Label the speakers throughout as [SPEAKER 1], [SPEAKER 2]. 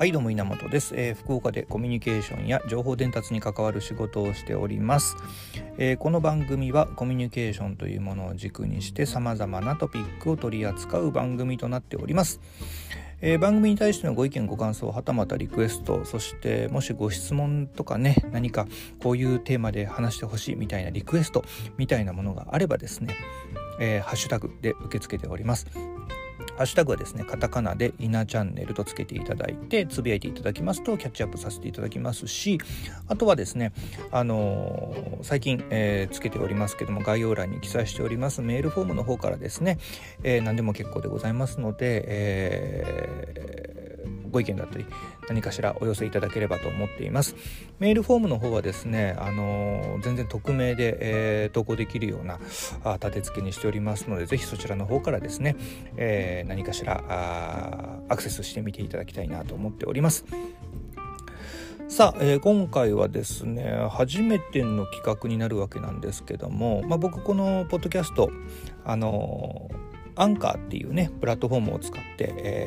[SPEAKER 1] はい、どうも稲本です。福岡でコミュニケーションや情報伝達に関わる仕事をしております。この番組はコミュニケーションというものを軸にして様々なトピックを取り扱う番組となっております。番組に対してのご意見ご感想はたまたリクエスト、そしてもしご質問とかね、何かこういうテーマで話してほしいみたいなリクエストみたいなものがあればですね、ハッシュタグで受け付けております。ハッシュタグはですね、カタカナでイナチャンネルとつけていただいてつぶやいていただきますとキャッチアップさせていただきますし、あとはですね、最近、つけておりますけども、概要欄に記載しておりますメールフォームの方からですね、何でも結構でございますので、ご意見だったり何かしらお寄せいただければと思っています。メールフォームの方はですね、全然匿名で、投稿できるような立て付けにしておりますので、ぜひそちらの方からですね、何かしらアクセスしてみていただきたいなと思っております。さあ、今回はですね、初めての企画になるわけなんですけども、僕このポッドキャストアンカーっていうねプラットフォームを使って、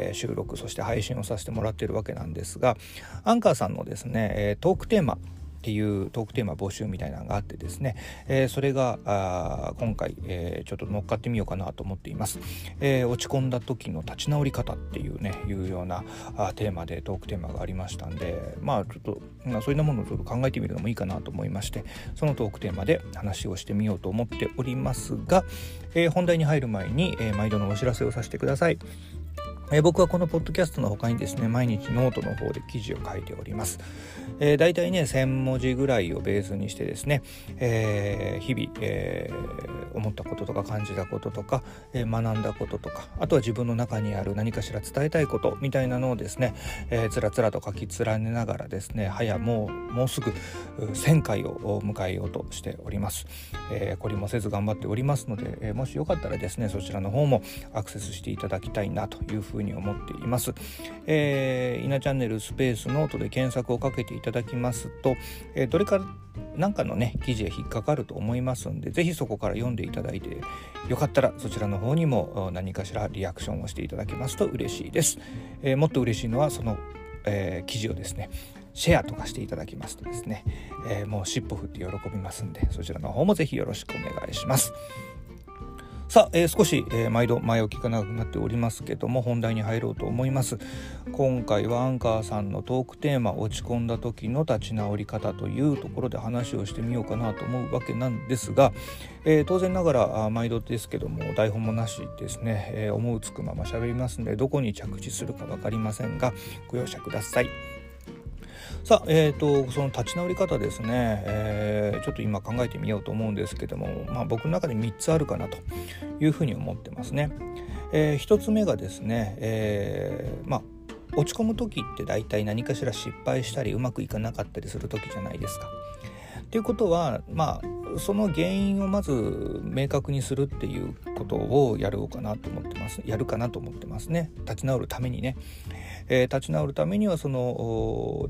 [SPEAKER 1] 収録そして配信をさせてもらっているわけなんですが、アンカーさんのですね、トークテーマっていうトークテーマ募集みたいなのがあってですね、それが今回、ちょっと乗っかってみようかなと思っています。落ち込んだ時の立ち直り方っていうねいうようなテーマでトークテーマがありましたんで、ちょっとそういうものをちょっと考えてみるのもいいかなと思いまして、そのトークテーマで話をしてみようと思っておりますが、本題に入る前に、毎度のお知らせをさせてください。僕はこのポッドキャストの他にですね、毎日ノートの方で記事を書いております。だいたいね1000文字ぐらいをベースにしてですね、日々、思ったこととか感じたこととか、学んだこととか、あとは自分の中にある何かしら伝えたいことみたいなのをですね、つらつらと書き連ねながらですね、もうすぐ1000回を迎えようとしております。懲りもせず頑張っておりますので、もしよかったらですね、そちらの方もアクセスしていただきたいなというふうに思っています。イナチャンネルスペースノートで検索をかけていただきますと、どれかなんかのね記事へ引っかかると思いますので、ぜひそこから読んでいただいて、よかったらそちらの方にも何かしらリアクションをしていただけますと嬉しいです。もっと嬉しいのはその、記事をですねシェアとかしていただきますとですね、もう尻尾振って喜びますんで、そちらの方もぜひよろしくお願いします。さあ、少し、毎度前置きが長くなっておりますけども、本題に入ろうと思います。今回はアンカーさんのトークテーマ、落ち込んだ時の立ち直り方というところで話をしてみようかなと思うわけなんですが、当然ながら毎度ですけども台本もなしですね、思うつくまま喋りますので、どこに着地するか分かりませんがご容赦ください。さあ、その立ち直り方ですね、ちょっと今考えてみようと思うんですけども、僕の中で3つあるかなというふうに思ってますね。1つ目がですね、落ち込む時って大体何かしら失敗したりうまくいかなかったりする時じゃないですか。ということは、その原因をまず明確にするっていうことをやるかなと思ってますね。立ち直るためにね、立ち直るためにはその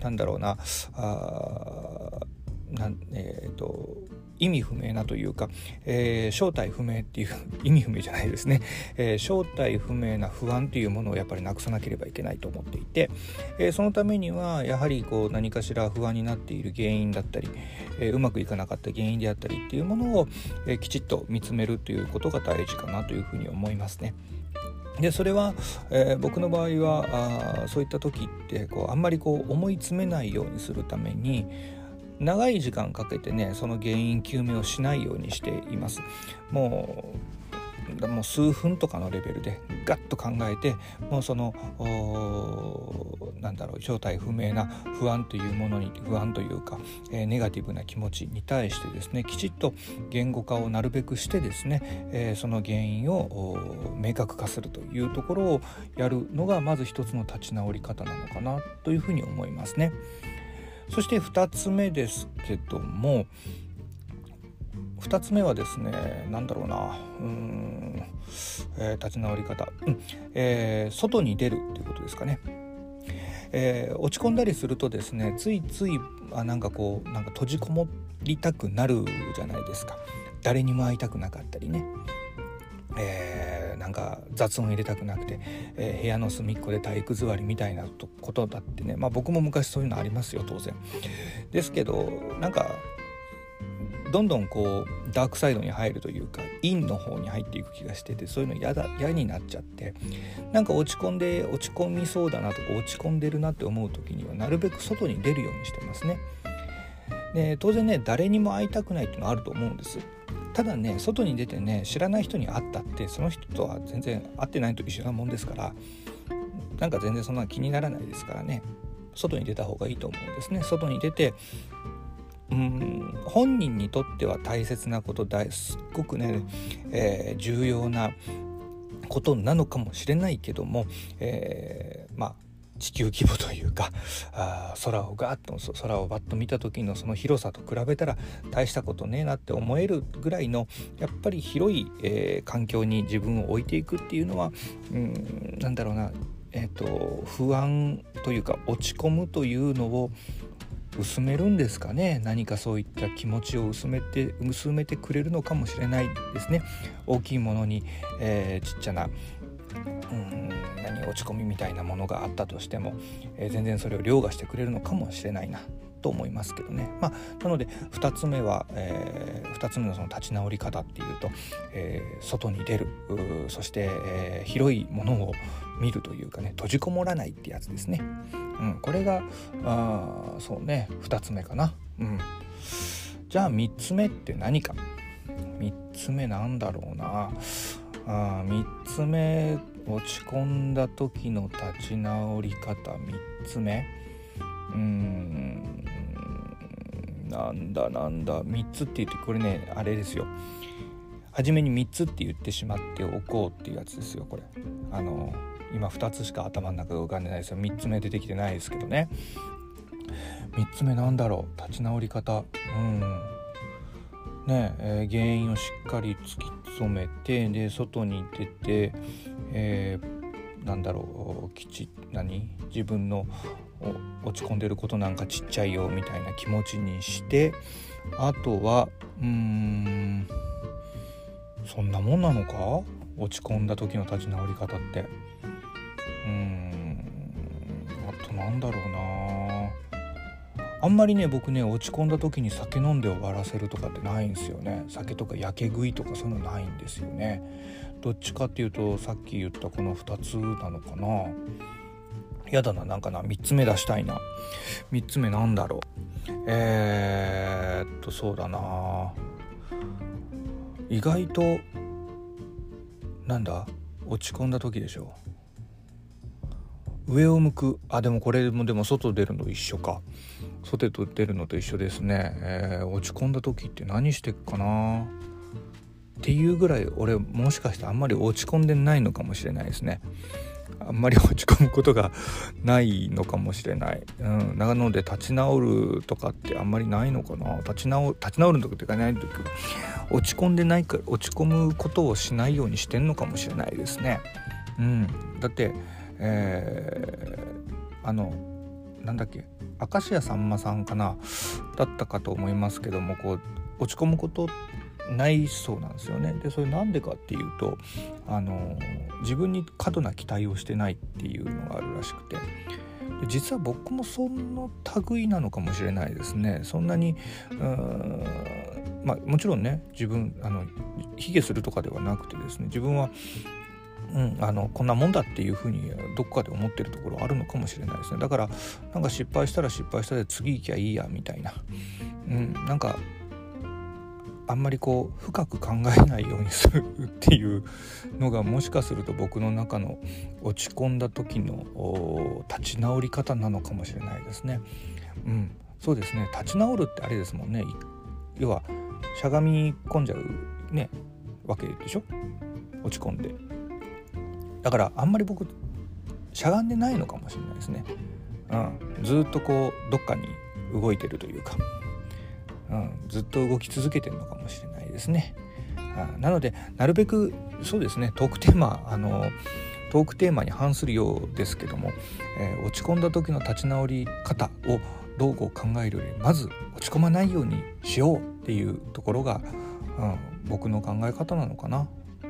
[SPEAKER 1] 意味不明なというか、正体不明っていう意味不明じゃないですね、正体不明な不安というものをやっぱりなくさなければいけないと思っていて、そのためにはやはり何かしら不安になっている原因だったり、うまくいかなかった原因であったりっていうものを、きちっと見つめるということが大事かなというふうに思いますね。でそれは、僕の場合はそういった時ってあんまり思い詰めないようにするために長い時間かけてね、その原因究明をしないようにしています。もう数分とかのレベルでガッと考えて、もうその正体不明な不安というものに、不安というか、ネガティブな気持ちに対してですね、きちっと言語化をなるべくしてですね、その原因を明確化するというところをやるのがまず一つの立ち直り方なのかなというふうに思いますね。そして2つ目ですけども、2つ目はですね、立ち直り方、外に出るということですかね。落ち込んだりするとですね、ついつい閉じこもりたくなるじゃないですか。誰にも会いたくなかったりね。 なんか雑音入れたくなくて、部屋の隅っこで体育座りみたいなことだってね、僕も昔そういうのありますよ、当然ですけど、なんかどんどんこうダークサイドに入るというか陰の方に入っていく気がしてて、そういうの嫌になっちゃって、なんか落ち込みそうだなとか落ち込んでるなって思う時にはなるべく外に出るようにしてますね。で当然ね、誰にも会いたくないっていうのはあると思うんです。ただね、外に出てね、知らない人に会ったってその人とは全然会ってないと一緒なもんですから、なんか全然そんな気にならないですからね、外に出た方がいいと思うんですね。外に出て本人にとっては大切なことすっごくね、重要なことなのかもしれないけども、地球規模というか空をバッと見た時のその広さと比べたら大したことねえなって思えるぐらいのやっぱり広い、環境に自分を置いていくっていうのは不安というか落ち込むというのを薄めるんですかね。何かそういった気持ちを薄めてくれるのかもしれないですね。大きいものに、ちっちゃな落ち込みみたいなものがあったとしても、全然それを凌駕してくれるのかもしれないなと思いますけどね。なので2つ目のその立ち直り方っていうと、外に出る、そして、広いものを見るというかね、閉じこもらないってやつですね。これがそうね、2つ目かな。じゃあ3つ目って何か。3つ目なんだろうな。3つ目、落ち込んだ時の立ち直り方。3つ目なんだ3つって言って、これねあれですよ、初めに3つって言ってしまっておこうっていうやつですよ。これ今2つしか頭の中が浮かんでないですよ。3つ目出てきてないですけどね。3つ目なんだろう、立ち直り方。原因をしっかり突き止めて、で外に出て、自分の落ち込んでることなんかちっちゃいよみたいな気持ちにして、あとはそんなもんなのか、落ち込んだ時の立ち直り方って。あとなんだろうな。あんまりね、僕ね、落ち込んだ時に酒飲んで終わらせるとかってないんですよね。酒とかやけ食いとかそういうのないんですよね。どっちかっていうとさっき言ったこの2つなのかな。やだな、3つ目出したいな。3つ目なんだろう。そうだな、意外と落ち込んだ時でしょ。上を向く。でもこれもでも外出るの一緒か。外出るのと一緒ですね。落ち込んだ時って何してっかなっていうぐらい、俺もしかしてあんまり落ち込んでないのかもしれないですね。あんまり落ち込むことがないのかもしれない。なので立ち直るとかってあんまりないのかな。立ち直るのとかってない時、落ち込んでないから落ち込むことをしないようにしてんのかもしれないですね。だって明石家さんまさんかなだったかと思いますけども、こう落ち込むことないそうなんですよね。でそれなんでかっていうと、自分に過度な期待をしてないっていうのがあるらしくて、で実は僕もその類なのかもしれないですね。そんなにもちろんね、自分卑下するとかではなくてですね、自分はこんなもんだっていうふうにどこかで思ってるところあるのかもしれないですね。だから失敗したら失敗したで次行きゃいいやみたいな、あんまりこう深く考えないようにするっていうのが、もしかすると僕の中の落ち込んだ時の立ち直り方なのかもしれないですね。そうですね。立ち直るってあれですもんね。要はしゃがみ込んじゃうねわけでしょ、落ち込んで。だからあんまり僕しゃがんでないのかもしれないですね。ずっとこうどっかに動いてるというか、ずっと動き続けてるのかもしれないですね。なのでなるべくそうですね、トークテーマに反するようですけども、落ち込んだ時の立ち直り方をどうこう考えるより、まず落ち込まないようにしようっていうところが、僕の考え方なのかな。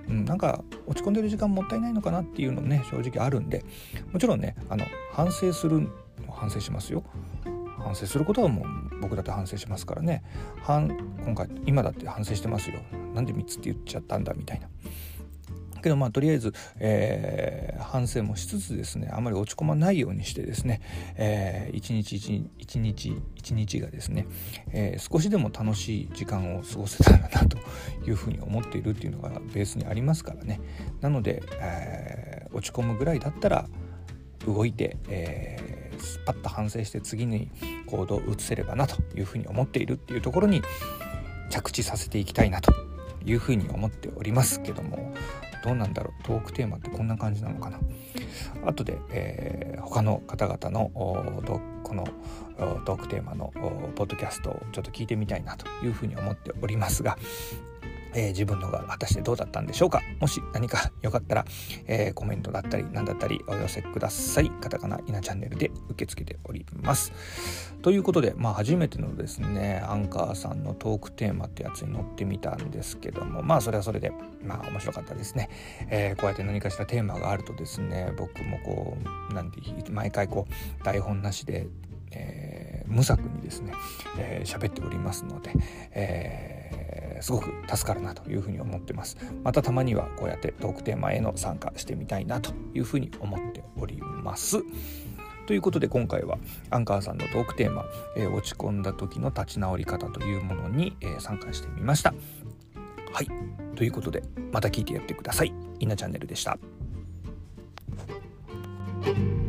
[SPEAKER 1] なんか落ち込んでる時間もったいないのかなっていうのもね正直あるんで、もちろんね反省しますよ。反省することはもう僕だって反省しますからね。今だって反省してますよ。なんで3つって言っちゃったんだみたいな。けどとりあえず、反省もしつつですね、あまり落ち込まないようにしてですね、一日がですね、少しでも楽しい時間を過ごせたらなというふうに思っているっていうのがベースにありますからね。なので、落ち込むぐらいだったら動いて、パッと反省して次に行動を移せればなというふうに思っているっていうところに着地させていきたいなというふうに思っておりますけども、どうなんだろう、トークテーマってこんな感じなのかな。後で、他の方々のこのトークテーマのポッドキャストをちょっと聞いてみたいなというふうに思っておりますが、自分のが果たしてどうだったんでしょうか。もし何かよかったら、コメントだったり何だったりお寄せください。カタカナイナチャンネルで受け付けております。ということで、初めてのですねアンカーさんのトークテーマってやつに載ってみたんですけども、それはそれで面白かったですね。こうやって何かしらテーマがあるとですね、僕も毎回台本なしで、無策にですね喋っておりますので、すごく助かるなというふうに思ってます。またたまにはこうやってトークテーマへの参加してみたいなというふうに思っております。ということで今回はアンカーさんのトークテーマ、落ち込んだ時の立ち直り方というものに、参加してみました。はい、ということでまた聞いてやってください。イナチャンネルでした。